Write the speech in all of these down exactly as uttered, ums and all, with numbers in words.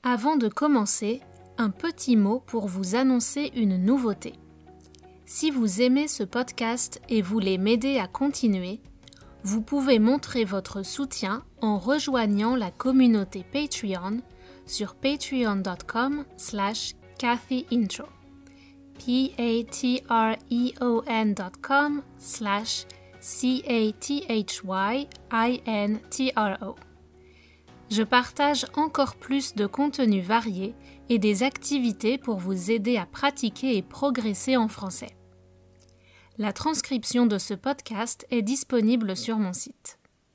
Avant de commencer, un petit mot pour vous annoncer une nouveauté. Si vous aimez ce podcast et voulez m'aider à continuer, vous pouvez montrer votre soutien en rejoignant la communauté Patreon sur patreon.com slash cathyintro. P-A-T-R-E-O-N.com slash C-A-T-H-Y-I-N-T-R-O. Je partage encore plus de contenus variés et des activités pour vous aider à pratiquer et progresser en français. La transcription de ce podcast est disponible sur mon site.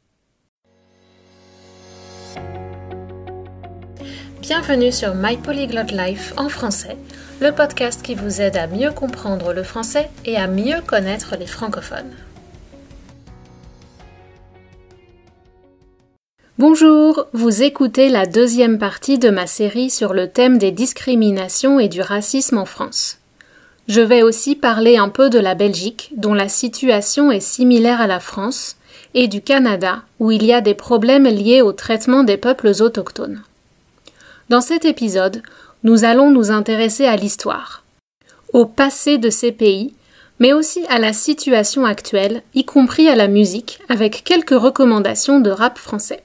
Bienvenue sur My Polyglot Life en français, le podcast qui vous aide à mieux comprendre le français et à mieux connaître les francophones. Bonjour, vous écoutez la deuxième partie de ma série sur le thème des discriminations et du racisme en France. Je vais aussi parler un peu de la Belgique, dont la situation est similaire à la France, et du Canada, où il y a des problèmes liés au traitement des peuples autochtones. Dans cet épisode, nous allons nous intéresser à l'histoire, au passé de ces pays, mais aussi à la situation actuelle, y compris à la musique, avec quelques recommandations de rap français.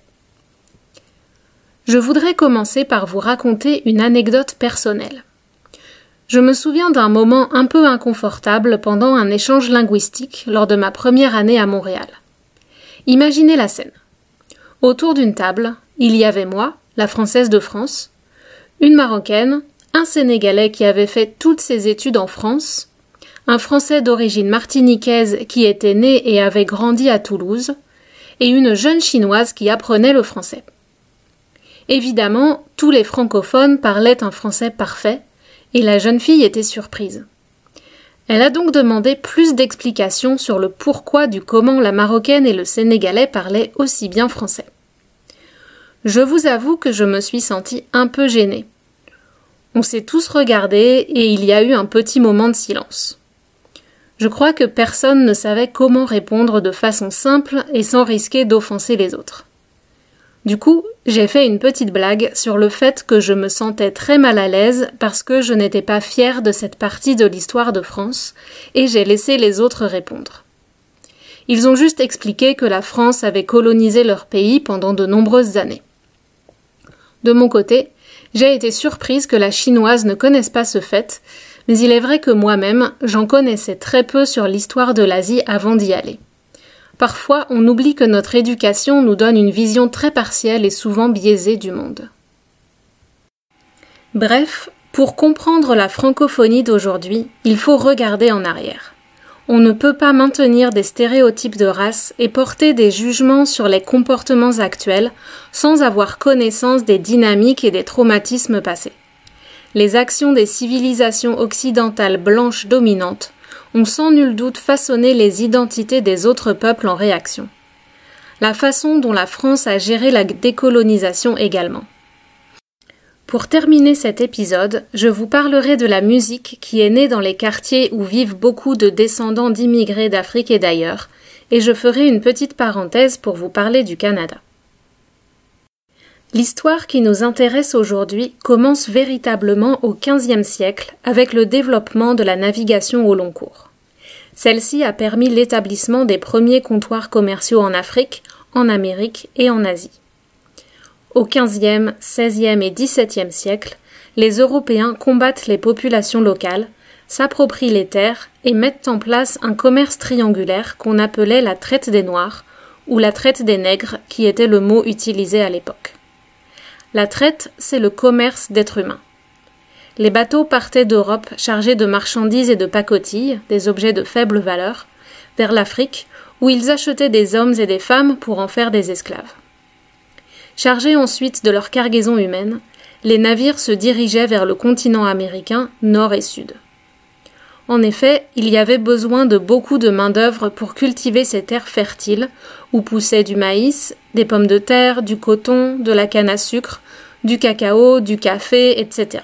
Je voudrais commencer par vous raconter une anecdote personnelle. Je me souviens d'un moment un peu inconfortable pendant un échange linguistique lors de ma première année à Montréal. Imaginez la scène. Autour d'une table, il y avait moi, la Française de France, une Marocaine, un Sénégalais qui avait fait toutes ses études en France, un Français d'origine martiniquaise qui était né et avait grandi à Toulouse, et une jeune Chinoise qui apprenait le français. Évidemment, tous les francophones parlaient un français parfait, et la jeune fille était surprise. Elle a donc demandé plus d'explications sur le pourquoi du comment la Marocaine et le Sénégalais parlaient aussi bien français. Je vous avoue que je me suis sentie un peu gênée. On s'est tous regardés et il y a eu un petit moment de silence. Je crois que personne ne savait comment répondre de façon simple et sans risquer d'offenser les autres. Du coup, j'ai fait une petite blague sur le fait que je me sentais très mal à l'aise parce que je n'étais pas fière de cette partie de l'histoire de France et j'ai laissé les autres répondre. Ils ont juste expliqué que la France avait colonisé leur pays pendant de nombreuses années. De mon côté, j'ai été surprise que la chinoise ne connaisse pas ce fait, mais il est vrai que moi-même, j'en connaissais très peu sur l'histoire de l'Asie avant d'y aller. Parfois, on oublie que notre éducation nous donne une vision très partielle et souvent biaisée du monde. Bref, pour comprendre la francophonie d'aujourd'hui, il faut regarder en arrière. On ne peut pas maintenir des stéréotypes de race et porter des jugements sur les comportements actuels sans avoir connaissance des dynamiques et des traumatismes passés. Les actions des civilisations occidentales blanches dominantes ont sans nul doute façonné les identités des autres peuples en réaction. La façon dont la France a géré la décolonisation également. Pour terminer cet épisode, je vous parlerai de la musique qui est née dans les quartiers où vivent beaucoup de descendants d'immigrés d'Afrique et d'ailleurs, et je ferai une petite parenthèse pour vous parler du Canada. L'histoire qui nous intéresse aujourd'hui commence véritablement au quinzième siècle avec le développement de la navigation au long cours. Celle-ci a permis l'établissement des premiers comptoirs commerciaux en Afrique, en Amérique et en Asie. Au quinzième, seizième et dix-septième siècle, les Européens combattent les populations locales, s'approprient les terres et mettent en place un commerce triangulaire qu'on appelait la traite des Noirs ou la traite des nègres qui était le mot utilisé à l'époque. La traite, c'est le commerce d'êtres humains. Les bateaux partaient d'Europe chargés de marchandises et de pacotilles, des objets de faible valeur, vers l'Afrique, où ils achetaient des hommes et des femmes pour en faire des esclaves. Chargés ensuite de leur cargaison humaine, les navires se dirigeaient vers le continent américain, nord et sud. En effet, il y avait besoin de beaucoup de main-d'œuvre pour cultiver ces terres fertiles, où poussaient du maïs, des pommes de terre, du coton, de la canne à sucre, du cacao, du café, et cetera.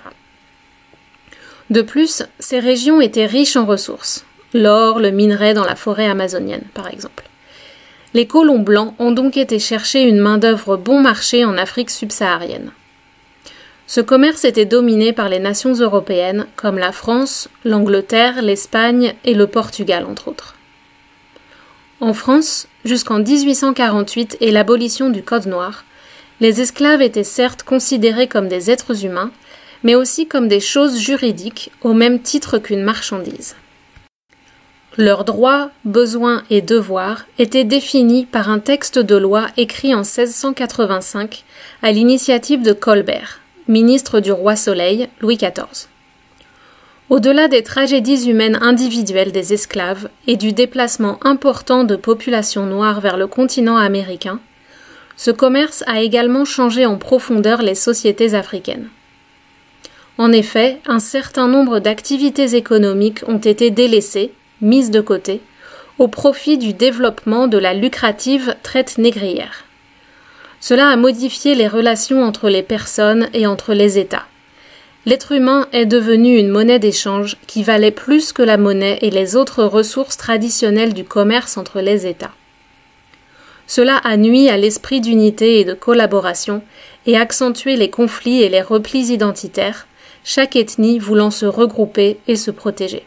De plus, ces régions étaient riches en ressources, l'or, le minerai dans la forêt amazonienne, par exemple. Les colons blancs ont donc été chercher une main-d'œuvre bon marché en Afrique subsaharienne. Ce commerce était dominé par les nations européennes comme la France, l'Angleterre, l'Espagne et le Portugal entre autres. En France, jusqu'en dix-huit cent quarante-huit et l'abolition du Code noir, les esclaves étaient certes considérés comme des êtres humains, mais aussi comme des choses juridiques au même titre qu'une marchandise. Leurs droits, besoins et devoirs étaient définis par un texte de loi écrit en seize cent quatre-vingt-cinq à l'initiative de Colbert, ministre du roi Soleil, Louis quatorze. Au-delà des tragédies humaines individuelles des esclaves et du déplacement important de populations noires vers le continent américain, ce commerce a également changé en profondeur les sociétés africaines. En effet, un certain nombre d'activités économiques ont été délaissées, mises de côté, au profit du développement de la lucrative traite négrière. Cela a modifié les relations entre les personnes et entre les États. L'être humain est devenu une monnaie d'échange qui valait plus que la monnaie et les autres ressources traditionnelles du commerce entre les États. Cela a nui à l'esprit d'unité et de collaboration et accentué les conflits et les replis identitaires, chaque ethnie voulant se regrouper et se protéger.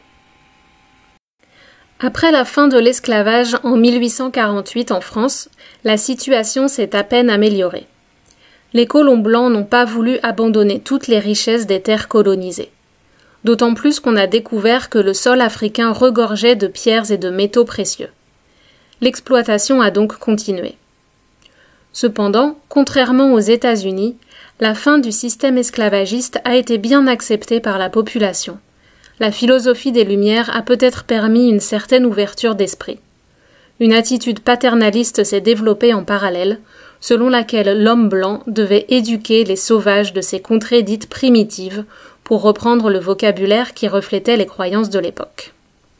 Après la fin de l'esclavage en mille huit cent quarante-huit en France, la situation s'est à peine améliorée. Les colons blancs n'ont pas voulu abandonner toutes les richesses des terres colonisées. D'autant plus qu'on a découvert que le sol africain regorgeait de pierres et de métaux précieux. L'exploitation a donc continué. Cependant, contrairement aux États-Unis, la fin du système esclavagiste a été bien acceptée par la population. La philosophie des Lumières a peut-être permis une certaine ouverture d'esprit. Une attitude paternaliste s'est développée en parallèle, selon laquelle l'homme blanc devait éduquer les sauvages de ces contrées dites primitives, pour reprendre le vocabulaire qui reflétait les croyances de l'époque.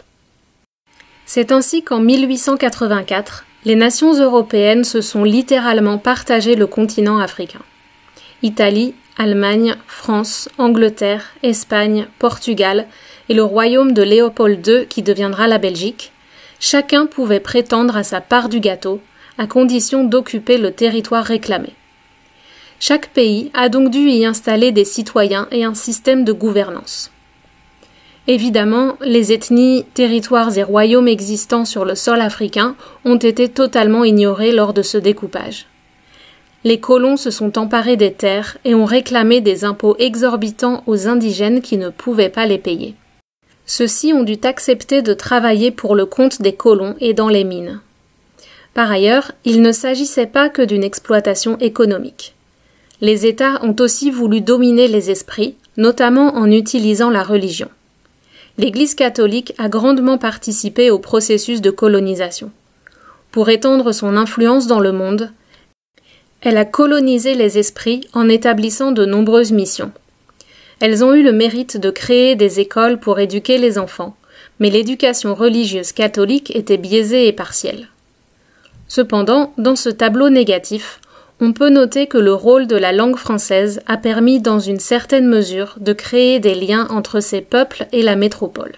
C'est ainsi qu'en mille huit cent quatre-vingt-quatre, les nations européennes se sont littéralement partagé le continent africain. Italie, Allemagne, France, Angleterre, Espagne, Portugal et le royaume de Léopold deux qui deviendra la Belgique, chacun pouvait prétendre à sa part du gâteau, à condition d'occuper le territoire réclamé. Chaque pays a donc dû y installer des citoyens et un système de gouvernance. Évidemment, les ethnies, territoires et royaumes existants sur le sol africain ont été totalement ignorés lors de ce découpage. Les colons se sont emparés des terres et ont réclamé des impôts exorbitants aux indigènes qui ne pouvaient pas les payer. Ceux-ci ont dû accepter de travailler pour le compte des colons et dans les mines. Par ailleurs, il ne s'agissait pas que d'une exploitation économique. Les États ont aussi voulu dominer les esprits, notamment en utilisant la religion. L'Église catholique a grandement participé au processus de colonisation. Pour étendre son influence dans le monde, elle a colonisé les esprits en établissant de nombreuses missions. Elles ont eu le mérite de créer des écoles pour éduquer les enfants, mais l'éducation religieuse catholique était biaisée et partielle. Cependant, dans ce tableau négatif, on peut noter que le rôle de la langue française a permis dans une certaine mesure de créer des liens entre ces peuples et la métropole.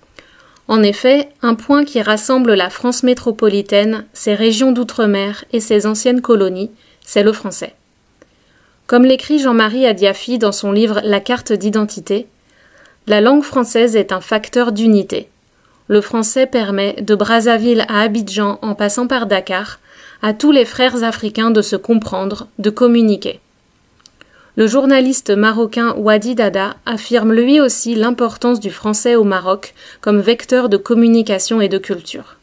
En effet, un point qui rassemble la France métropolitaine, ses régions d'outre-mer et ses anciennes colonies, c'est le français. Comme l'écrit Jean-Marie Adiafi dans son livre La carte d'identité, la langue française est un facteur d'unité. Le français permet, de Brazzaville à Abidjan en passant par Dakar, à tous les frères africains de se comprendre, de communiquer. Le journaliste marocain Wadi Dada affirme lui aussi l'importance du français au Maroc comme vecteur de communication et de culture.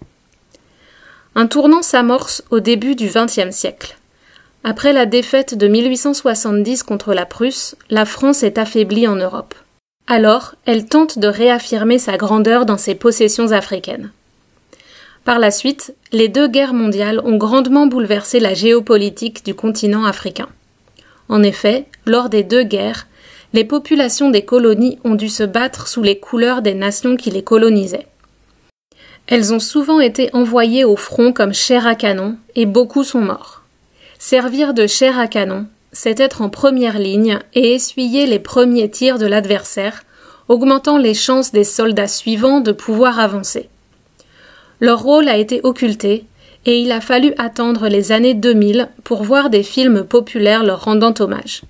Un tournant s'amorce au début du vingtième siècle. Après la défaite de mille huit cent soixante-dix contre la Prusse, la France est affaiblie en Europe. Alors, elle tente de réaffirmer sa grandeur dans ses possessions africaines. Par la suite, les deux guerres mondiales ont grandement bouleversé la géopolitique du continent africain. En effet, lors des deux guerres, les populations des colonies ont dû se battre sous les couleurs des nations qui les colonisaient. Elles ont souvent été envoyées au front comme chair à canon, et beaucoup sont morts. Servir de chair à canon, c'est être en première ligne et essuyer les premiers tirs de l'adversaire, augmentant les chances des soldats suivants de pouvoir avancer. Leur rôle a été occulté, et il a fallu attendre les années deux mille pour voir des films populaires leur rendant hommage.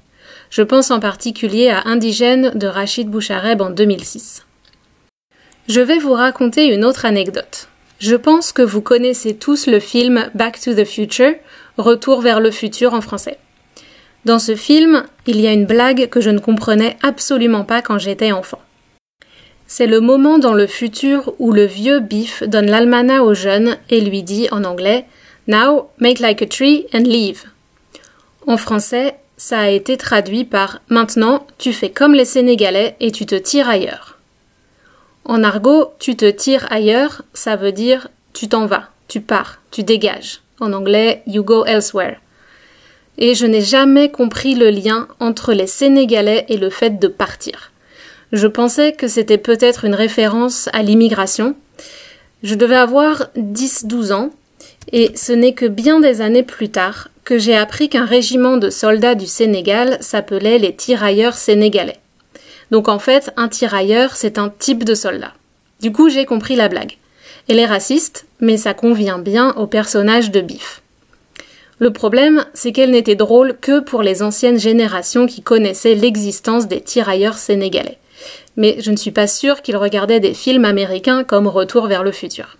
Je pense en particulier à Indigène de Rachid Bouchareb en deux mille six. Je vais vous raconter une autre anecdote. Je pense que vous connaissez tous le film Back to the Future, Retour vers le futur en français. Dans ce film, il y a une blague que je ne comprenais absolument pas quand j'étais enfant. C'est le moment dans le futur où le vieux Biff donne l'almanach au jeune et lui dit en anglais « Now, make like a tree and leave ». En français, ça a été traduit par « Maintenant, tu fais comme les Sénégalais et tu te tires ailleurs ». En argot, « tu te tires ailleurs », ça veut dire « tu t'en vas, tu pars, tu dégages ». En anglais « you go elsewhere ». Et je n'ai jamais compris le lien entre les Sénégalais et le fait de partir. Je pensais que c'était peut-être une référence à l'immigration. Je devais avoir dix douze ans, et ce n'est que bien des années plus tard que j'ai appris qu'un régiment de soldats du Sénégal s'appelait les tirailleurs sénégalais. Donc en fait, un tirailleur, c'est un type de soldat. Du coup, j'ai compris la blague. Elle est raciste, mais ça convient bien au personnage de Biff. Le problème, c'est qu'elle n'était drôle que pour les anciennes générations qui connaissaient l'existence des tirailleurs sénégalais. Mais je ne suis pas sûre qu'ils regardaient des films américains comme Retour vers le futur.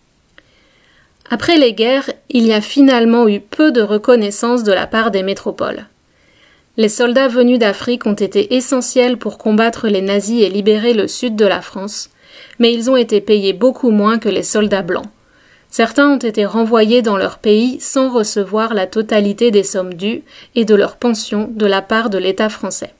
Après les guerres, il y a finalement eu peu de reconnaissance de la part des métropoles. Les soldats venus d'Afrique ont été essentiels pour combattre les nazis et libérer le sud de la France, mais ils ont été payés beaucoup moins que les soldats blancs. Certains ont été renvoyés dans leur pays sans recevoir la totalité des sommes dues et de leurs pensions de la part de l'État français.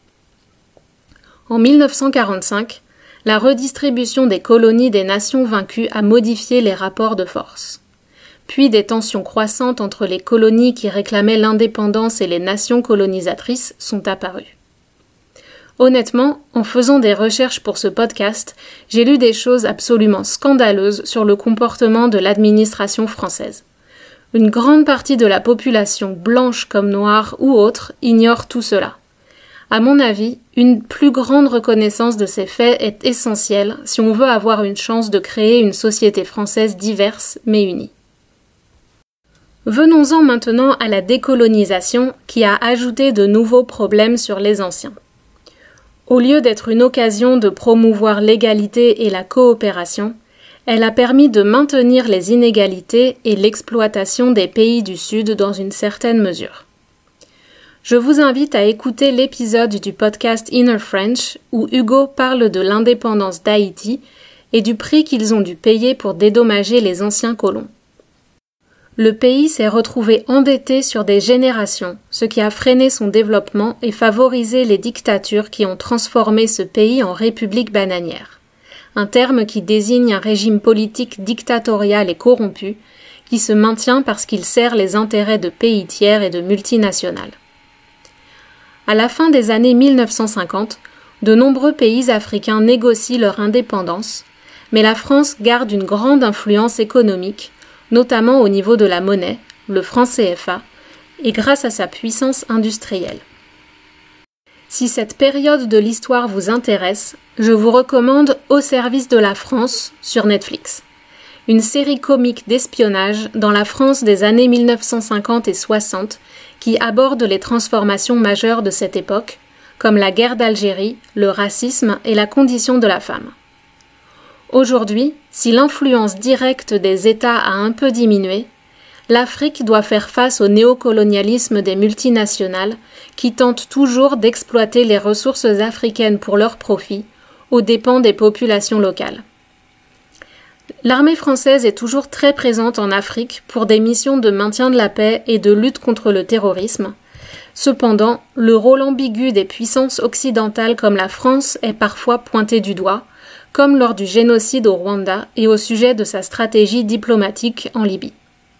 En mille neuf cent quarante-cinq, la redistribution des colonies des nations vaincues a modifié les rapports de force. Puis des tensions croissantes entre les colonies qui réclamaient l'indépendance et les nations colonisatrices sont apparues. Honnêtement, en faisant des recherches pour ce podcast, j'ai lu des choses absolument scandaleuses sur le comportement de l'administration française. Une grande partie de la population, blanche comme noire ou autre, ignore tout cela. À mon avis, une plus grande reconnaissance de ces faits est essentielle si on veut avoir une chance de créer une société française diverse mais unie. Venons-en maintenant à la décolonisation qui a ajouté de nouveaux problèmes sur les anciens. Au lieu d'être une occasion de promouvoir l'égalité et la coopération, elle a permis de maintenir les inégalités et l'exploitation des pays du Sud dans une certaine mesure. Je vous invite à écouter l'épisode du podcast Inner French où Hugo parle de l'indépendance d'Haïti et du prix qu'ils ont dû payer pour dédommager les anciens colons. Le pays s'est retrouvé endetté sur des générations, ce qui a freiné son développement et favorisé les dictatures qui ont transformé ce pays en république bananière. Un terme qui désigne un régime politique dictatorial et corrompu qui se maintient parce qu'il sert les intérêts de pays tiers et de multinationales. À la fin des années mille neuf cent cinquante, de nombreux pays africains négocient leur indépendance, mais la France garde une grande influence économique, notamment au niveau de la monnaie, le franc C F A, et grâce à sa puissance industrielle. Si cette période de l'histoire vous intéresse, je vous recommande Au service de la France sur Netflix, une série comique d'espionnage dans la France des années mille neuf cent cinquante et soixante qui aborde les transformations majeures de cette époque, comme la guerre d'Algérie, le racisme et la condition de la femme. Aujourd'hui, si l'influence directe des États a un peu diminué, l'Afrique doit faire face au néocolonialisme des multinationales qui tentent toujours d'exploiter les ressources africaines pour leur profit, aux dépens des populations locales. L'armée française est toujours très présente en Afrique pour des missions de maintien de la paix et de lutte contre le terrorisme. Cependant, le rôle ambigu des puissances occidentales comme la France est parfois pointé du doigt, comme lors du génocide au Rwanda et au sujet de sa stratégie diplomatique en Libye.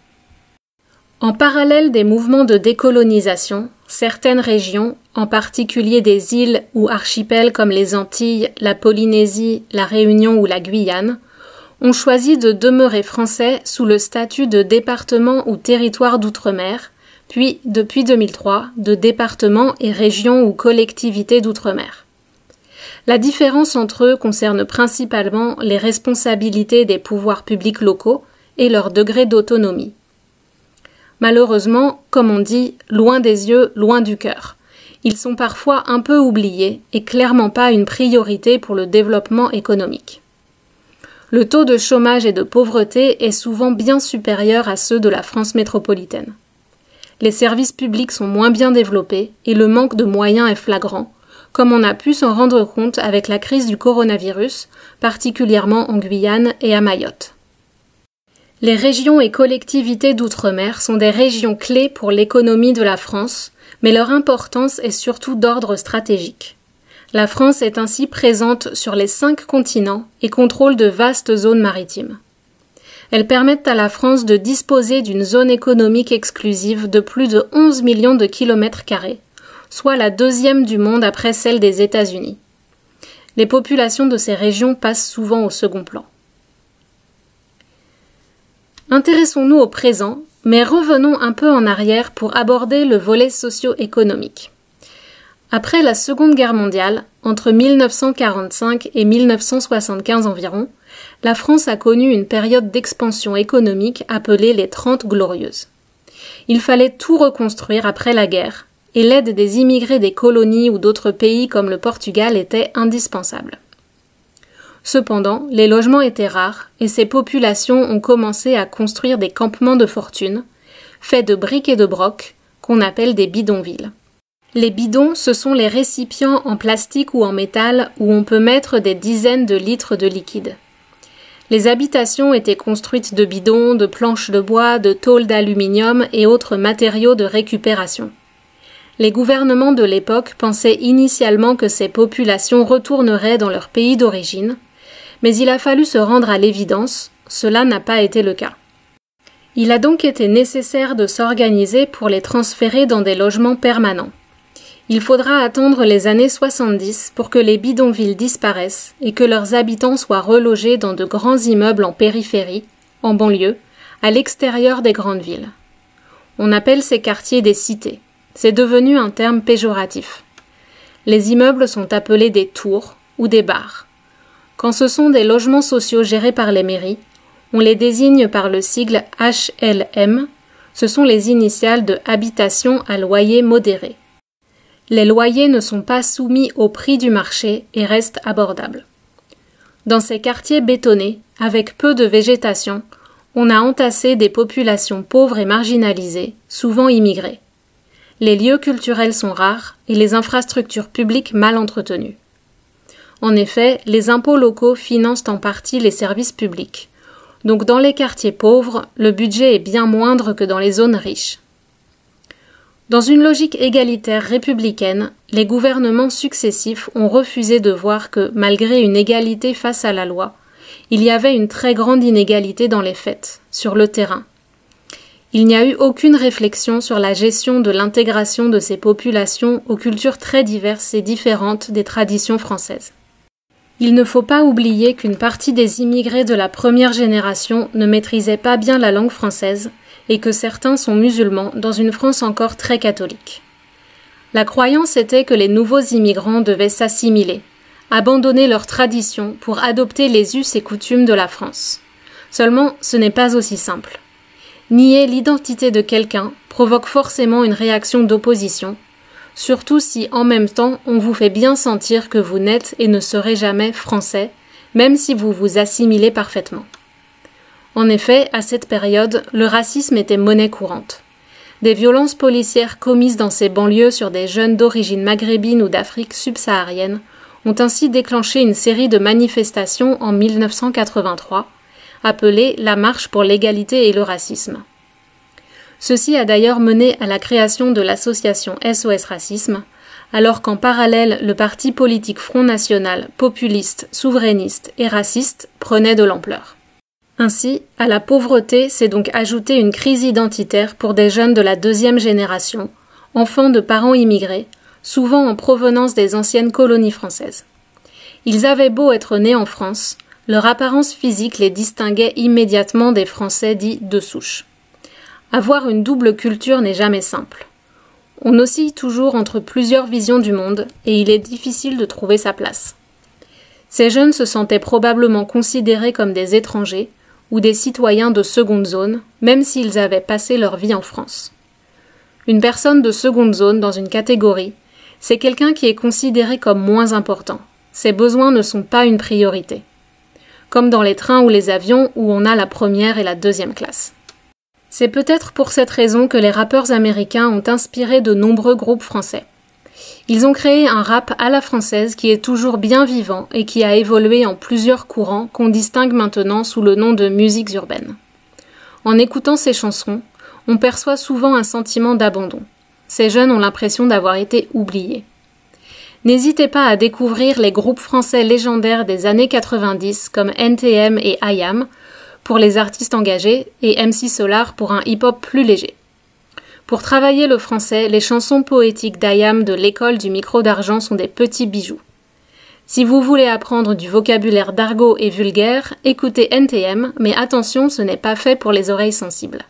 En parallèle des mouvements de décolonisation, certaines régions, en particulier des îles ou archipels comme les Antilles, la Polynésie, la Réunion ou la Guyane, ont choisi de demeurer français sous le statut de département ou territoire d'outre-mer, puis, depuis deux mille trois, de département et région ou collectivité d'outre-mer. La différence entre eux concerne principalement les responsabilités des pouvoirs publics locaux et leur degré d'autonomie. Malheureusement, comme on dit, loin des yeux, loin du cœur. Ils sont parfois un peu oubliés et clairement pas une priorité pour le développement économique. Le taux de chômage et de pauvreté est souvent bien supérieur à ceux de la France métropolitaine. Les services publics sont moins bien développés et le manque de moyens est flagrant, comme on a pu s'en rendre compte avec la crise du coronavirus, particulièrement en Guyane et à Mayotte. Les régions et collectivités d'outre-mer sont des régions clés pour l'économie de la France, mais leur importance est surtout d'ordre stratégique. La France est ainsi présente sur les cinq continents et contrôle de vastes zones maritimes. Elles permettent à la France de disposer d'une zone économique exclusive de plus de onze millions de kilomètres carrés, soit la deuxième du monde après celle des États-Unis. Les populations de ces régions passent souvent au second plan. Intéressons-nous au présent, mais revenons un peu en arrière pour aborder le volet socio-économique. Après la Seconde Guerre mondiale, entre mille neuf cent quarante-cinq et mille neuf cent soixante-quinze environ, la France a connu une période d'expansion économique appelée les Trente Glorieuses. Il fallait tout reconstruire après la guerre, et l'aide des immigrés des colonies ou d'autres pays comme le Portugal était indispensable. Cependant, les logements étaient rares et ces populations ont commencé à construire des campements de fortune, faits de briques et de brocs, qu'on appelle des bidonvilles. Les bidons, ce sont les récipients en plastique ou en métal où on peut mettre des dizaines de litres de liquide. Les habitations étaient construites de bidons, de planches de bois, de tôles d'aluminium et autres matériaux de récupération. Les gouvernements de l'époque pensaient initialement que ces populations retourneraient dans leur pays d'origine, mais il a fallu se rendre à l'évidence, cela n'a pas été le cas. Il a donc été nécessaire de s'organiser pour les transférer dans des logements permanents. Il faudra attendre les années soixante-dix pour que les bidonvilles disparaissent et que leurs habitants soient relogés dans de grands immeubles en périphérie, en banlieue, à l'extérieur des grandes villes. On appelle ces quartiers des cités. C'est devenu un terme péjoratif. Les immeubles sont appelés des tours ou des bars. Quand ce sont des logements sociaux gérés par les mairies, on les désigne par le sigle H L M, ce sont les initiales de habitation à loyer modéré. Les loyers ne sont pas soumis au prix du marché et restent abordables. Dans ces quartiers bétonnés, avec peu de végétation, on a entassé des populations pauvres et marginalisées, souvent immigrées. Les lieux culturels sont rares et les infrastructures publiques mal entretenues. En effet, les impôts locaux financent en partie les services publics. Donc dans les quartiers pauvres, le budget est bien moindre que dans les zones riches. Dans une logique égalitaire républicaine, les gouvernements successifs ont refusé de voir que, malgré une égalité face à la loi, il y avait une très grande inégalité dans les faits, sur le terrain. Il n'y a eu aucune réflexion sur la gestion de l'intégration de ces populations aux cultures très diverses et différentes des traditions françaises. Il ne faut pas oublier qu'une partie des immigrés de la première génération ne maîtrisait pas bien la langue française et que certains sont musulmans dans une France encore très catholique. La croyance était que les nouveaux immigrants devaient s'assimiler, abandonner leurs traditions pour adopter les us et coutumes de la France. Seulement, ce n'est pas aussi simple. Nier l'identité de quelqu'un provoque forcément une réaction d'opposition, surtout si en même temps on vous fait bien sentir que vous n'êtes et ne serez jamais français, même si vous vous assimilez parfaitement. En effet, à cette période, le racisme était monnaie courante. Des violences policières commises dans ces banlieues sur des jeunes d'origine maghrébine ou d'Afrique subsaharienne ont ainsi déclenché une série de manifestations en mille neuf cent quatre-vingt-trois, appelée la Marche pour l'égalité et le racisme. Ceci a d'ailleurs mené à la création de l'association S O S Racisme, alors qu'en parallèle le parti politique Front National, populiste, souverainiste et raciste prenait de l'ampleur. Ainsi, à la pauvreté s'est donc ajoutée une crise identitaire pour des jeunes de la deuxième génération, enfants de parents immigrés, souvent en provenance des anciennes colonies françaises. Ils avaient beau être nés en France, leur apparence physique les distinguait immédiatement des Français dits de souche. Avoir une double culture n'est jamais simple. On oscille toujours entre plusieurs visions du monde et il est difficile de trouver sa place. Ces jeunes se sentaient probablement considérés comme des étrangers ou des citoyens de seconde zone, même s'ils avaient passé leur vie en France. Une personne de seconde zone dans une catégorie, C'est quelqu'un qui est considéré comme moins important. Ses besoins ne sont pas une priorité. Comme dans les trains ou les avions où on a la première et la deuxième classe. C'est peut-être pour cette raison que les rappeurs américains ont inspiré de nombreux groupes français. Ils ont créé un rap à la française qui est toujours bien vivant et qui a évolué en plusieurs courants qu'on distingue maintenant sous le nom de musiques urbaines. En écoutant ces chansons, on perçoit souvent un sentiment d'abandon. Ces jeunes ont l'impression d'avoir été oubliés. N'hésitez pas à découvrir les groupes français légendaires des années quatre-vingt-dix comme N T M et I A M pour les artistes engagés et M C Solar pour un hip-hop plus léger. Pour travailler le français, les chansons poétiques d'I A M de l'école du micro d'argent sont des petits bijoux. Si vous voulez apprendre du vocabulaire d'argot et vulgaire, écoutez N T M, mais attention, ce n'est pas fait pour les oreilles sensibles.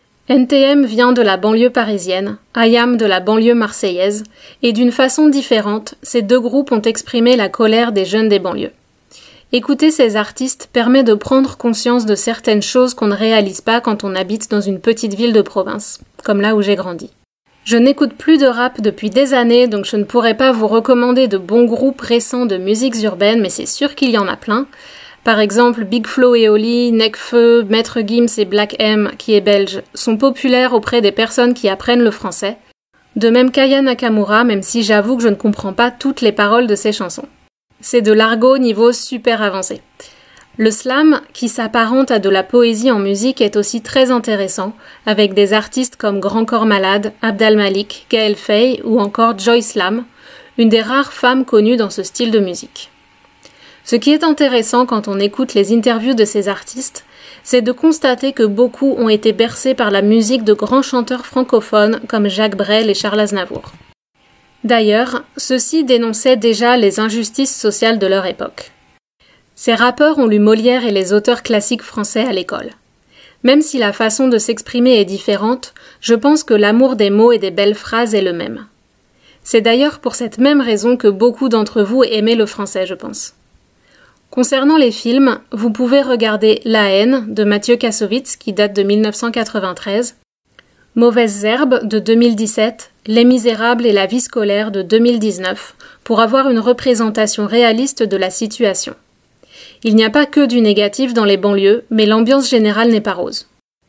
N T M vient de la banlieue parisienne, I A M de la banlieue marseillaise, et d'une façon différente, ces deux groupes ont exprimé la colère des jeunes des banlieues. Écouter ces artistes permet de prendre conscience de certaines choses qu'on ne réalise pas quand on habite dans une petite ville de province, comme là où j'ai grandi. Je n'écoute plus de rap depuis des années, donc je ne pourrais pas vous recommander de bons groupes récents de musiques urbaines, mais c'est sûr qu'il y en a plein. Par exemple, Big Flo et Oli, Nekfeu, Maître Gims et Black M, qui est belge, sont populaires auprès des personnes qui apprennent le français. De même qu'Aya Nakamura, même si j'avoue que je ne comprends pas toutes les paroles de ses chansons. C'est de l'argot niveau super avancé. Le slam, qui s'apparente à de la poésie en musique, est aussi très intéressant, avec des artistes comme Grand Corps Malade, Abdal Malik, Gaël Faye ou encore Joy Slam, une des rares femmes connues dans ce style de musique. Ce qui est intéressant quand on écoute les interviews de ces artistes, c'est de constater que beaucoup ont été bercés par la musique de grands chanteurs francophones comme Jacques Brel et Charles Aznavour. D'ailleurs, ceux-ci dénonçaient déjà les injustices sociales de leur époque. Ces rappeurs ont lu Molière et les auteurs classiques français à l'école. Même si la façon de s'exprimer est différente, je pense que l'amour des mots et des belles phrases est le même. C'est d'ailleurs pour cette même raison que beaucoup d'entre vous aimaient le français, je pense. Concernant les films, vous pouvez regarder La haine de Mathieu Kassovitz qui date de mille neuf cent quatre-vingt-treize, Mauvaises herbes de deux mille dix-sept, Les Misérables et la vie scolaire de deux mille dix-neuf pour avoir une représentation réaliste de la situation. Il n'y a pas que du négatif dans les banlieues, mais l'ambiance générale n'est pas rose.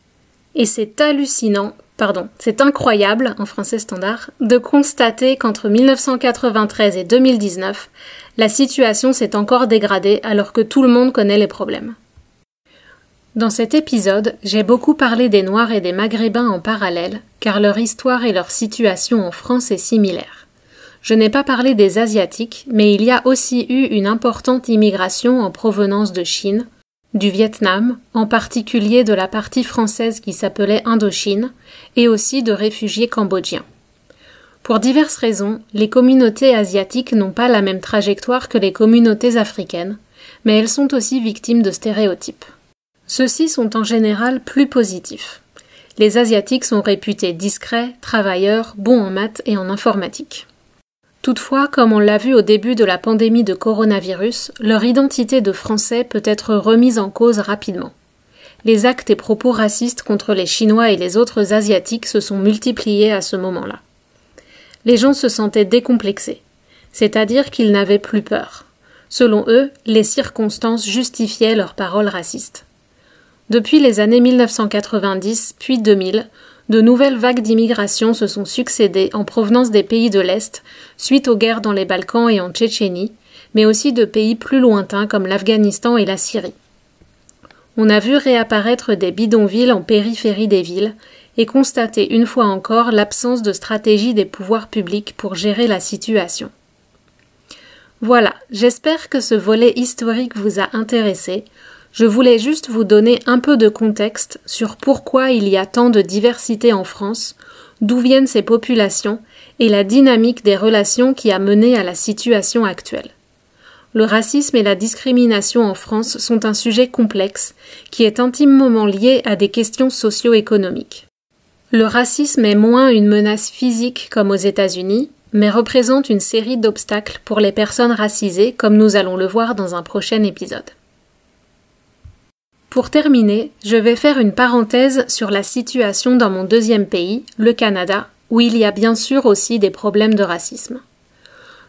Et c'est hallucinant, pardon, c'est incroyable, en français standard, de constater qu'entre mille neuf cent quatre-vingt-treize et deux mille dix-neuf, la situation s'est encore dégradée alors que tout le monde connaît les problèmes. Dans cet épisode, j'ai beaucoup parlé des Noirs et des Maghrébins en parallèle, car leur histoire et leur situation en France est similaire. Je n'ai pas parlé des Asiatiques, mais il y a aussi eu une importante immigration en provenance de Chine, du Vietnam, en particulier de la partie française qui s'appelait Indochine, et aussi de réfugiés cambodgiens. Pour diverses raisons, les communautés asiatiques n'ont pas la même trajectoire que les communautés africaines, mais elles sont aussi victimes de stéréotypes. Ceux-ci sont en général plus positifs. Les Asiatiques sont réputés discrets, travailleurs, bons en maths et en informatique. Toutefois, comme on l'a vu au début de la pandémie de coronavirus, leur identité de Français peut être remise en cause rapidement. Les actes et propos racistes contre les Chinois et les autres Asiatiques se sont multipliés à ce moment-là. Les gens se sentaient décomplexés, c'est-à-dire qu'ils n'avaient plus peur. Selon eux, les circonstances justifiaient leurs paroles racistes. Depuis les années mille neuf cent quatre-vingt-dix puis deux mille, de nouvelles vagues d'immigration se sont succédées en provenance des pays de l'Est, suite aux guerres dans les Balkans et en Tchétchénie, mais aussi de pays plus lointains comme l'Afghanistan et la Syrie. On a vu réapparaître des bidonvilles en périphérie des villes, et constater une fois encore l'absence de stratégie des pouvoirs publics pour gérer la situation. Voilà, j'espère que ce volet historique vous a intéressé. Je voulais juste vous donner un peu de contexte sur pourquoi il y a tant de diversité en France, d'où viennent ces populations et la dynamique des relations qui a mené à la situation actuelle. Le racisme et la discrimination en France sont un sujet complexe qui est intimement lié à des questions socio-économiques. Le racisme est moins une menace physique comme aux États-Unis, mais représente une série d'obstacles pour les personnes racisées, comme nous allons le voir dans un prochain épisode. Pour terminer, je vais faire une parenthèse sur la situation dans mon deuxième pays, le Canada, où il y a bien sûr aussi des problèmes de racisme.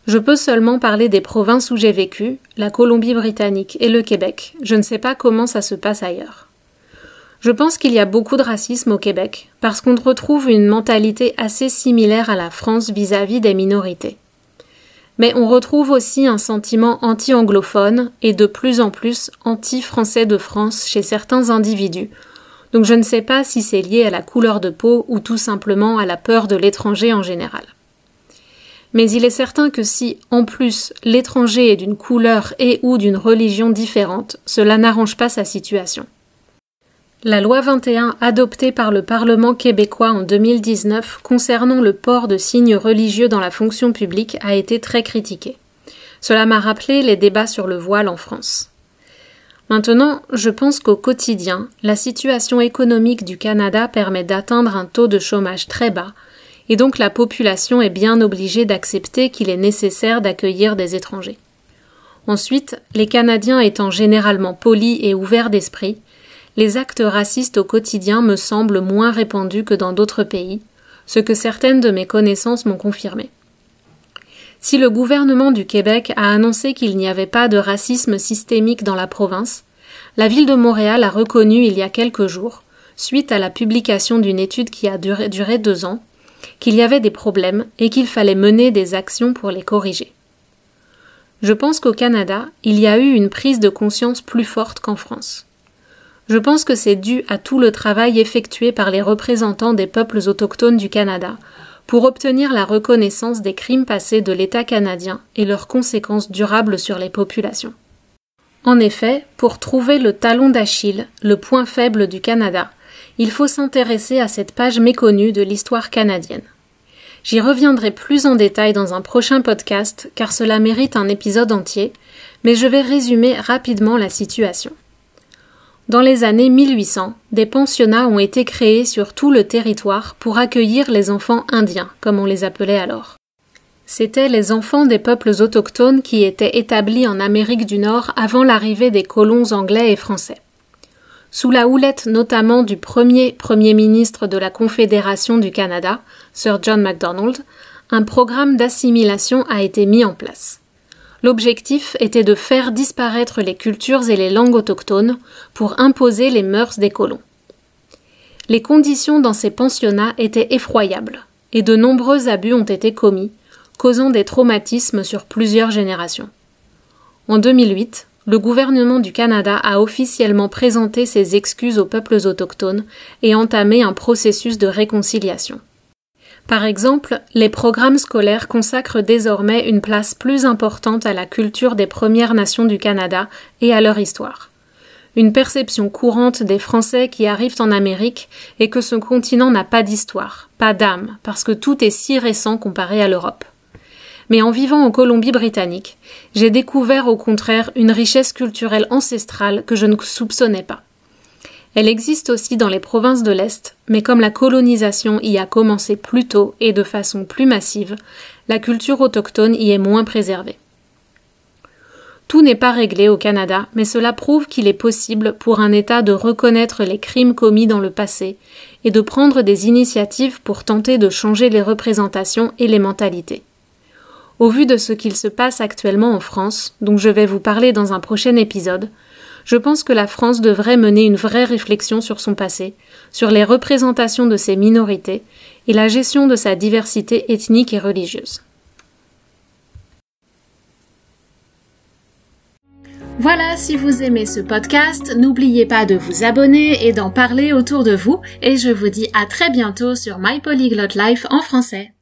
Je peux seulement parler des provinces où j'ai vécu, la Colombie-Britannique et le Québec. Je ne sais pas comment ça se passe ailleurs. Je pense qu'il y a beaucoup de racisme au Québec, parce qu'on retrouve une mentalité assez similaire à la France vis-à-vis des minorités. Mais on retrouve aussi un sentiment anti-anglophone et de plus en plus anti-français de France chez certains individus, donc je ne sais pas si c'est lié à la couleur de peau ou tout simplement à la peur de l'étranger en général. Mais il est certain que si, en plus, l'étranger est d'une couleur et ou d'une religion différente, cela n'arrange pas sa situation. La loi vingt et un adoptée par le Parlement québécois en deux mille dix-neuf concernant le port de signes religieux dans la fonction publique a été très critiquée. Cela m'a rappelé les débats sur le voile en France. Maintenant, je pense qu'au quotidien, la situation économique du Canada permet d'atteindre un taux de chômage très bas, et donc la population est bien obligée d'accepter qu'il est nécessaire d'accueillir des étrangers. Ensuite, les Canadiens étant généralement polis et ouverts d'esprit, les actes racistes au quotidien me semblent moins répandus que dans d'autres pays, ce que certaines de mes connaissances m'ont confirmé. Si le gouvernement du Québec a annoncé qu'il n'y avait pas de racisme systémique dans la province, la ville de Montréal a reconnu il y a quelques jours, suite à la publication d'une étude qui a duré, duré deux ans, qu'il y avait des problèmes et qu'il fallait mener des actions pour les corriger. Je pense qu'au Canada, il y a eu une prise de conscience plus forte qu'en France. Je pense que c'est dû à tout le travail effectué par les représentants des peuples autochtones du Canada pour obtenir la reconnaissance des crimes passés de l'État canadien et leurs conséquences durables sur les populations. En effet, pour trouver le talon d'Achille, le point faible du Canada, il faut s'intéresser à cette page méconnue de l'histoire canadienne. J'y reviendrai plus en détail dans un prochain podcast car cela mérite un épisode entier, mais je vais résumer rapidement la situation. Dans les années mille huit cents, des pensionnats ont été créés sur tout le territoire pour accueillir les enfants indiens, comme on les appelait alors. C'étaient les enfants des peuples autochtones qui étaient établis en Amérique du Nord avant l'arrivée des colons anglais et français. Sous la houlette notamment du premier Premier ministre de la Confédération du Canada, Sir John Macdonald, un programme d'assimilation a été mis en place. L'objectif était de faire disparaître les cultures et les langues autochtones pour imposer les mœurs des colons. Les conditions dans ces pensionnats étaient effroyables, et de nombreux abus ont été commis, causant des traumatismes sur plusieurs générations. En deux mille huit, le gouvernement du Canada a officiellement présenté ses excuses aux peuples autochtones et entamé un processus de réconciliation. Par exemple, les programmes scolaires consacrent désormais une place plus importante à la culture des Premières Nations du Canada et à leur histoire. Une perception courante des Français qui arrivent en Amérique est que ce continent n'a pas d'histoire, pas d'âme, parce que tout est si récent comparé à l'Europe. Mais en vivant en Colombie-Britannique, j'ai découvert au contraire une richesse culturelle ancestrale que je ne soupçonnais pas. Elle existe aussi dans les provinces de l'Est, mais comme la colonisation y a commencé plus tôt et de façon plus massive, la culture autochtone y est moins préservée. Tout n'est pas réglé au Canada, mais cela prouve qu'il est possible pour un État de reconnaître les crimes commis dans le passé et de prendre des initiatives pour tenter de changer les représentations et les mentalités. Au vu de ce qu'il se passe actuellement en France, dont je vais vous parler dans un prochain épisode, je pense que la France devrait mener une vraie réflexion sur son passé, sur les représentations de ses minorités et la gestion de sa diversité ethnique et religieuse. Voilà, si vous aimez ce podcast, n'oubliez pas de vous abonner et d'en parler autour de vous, et je vous dis à très bientôt sur My Polyglot Life en français.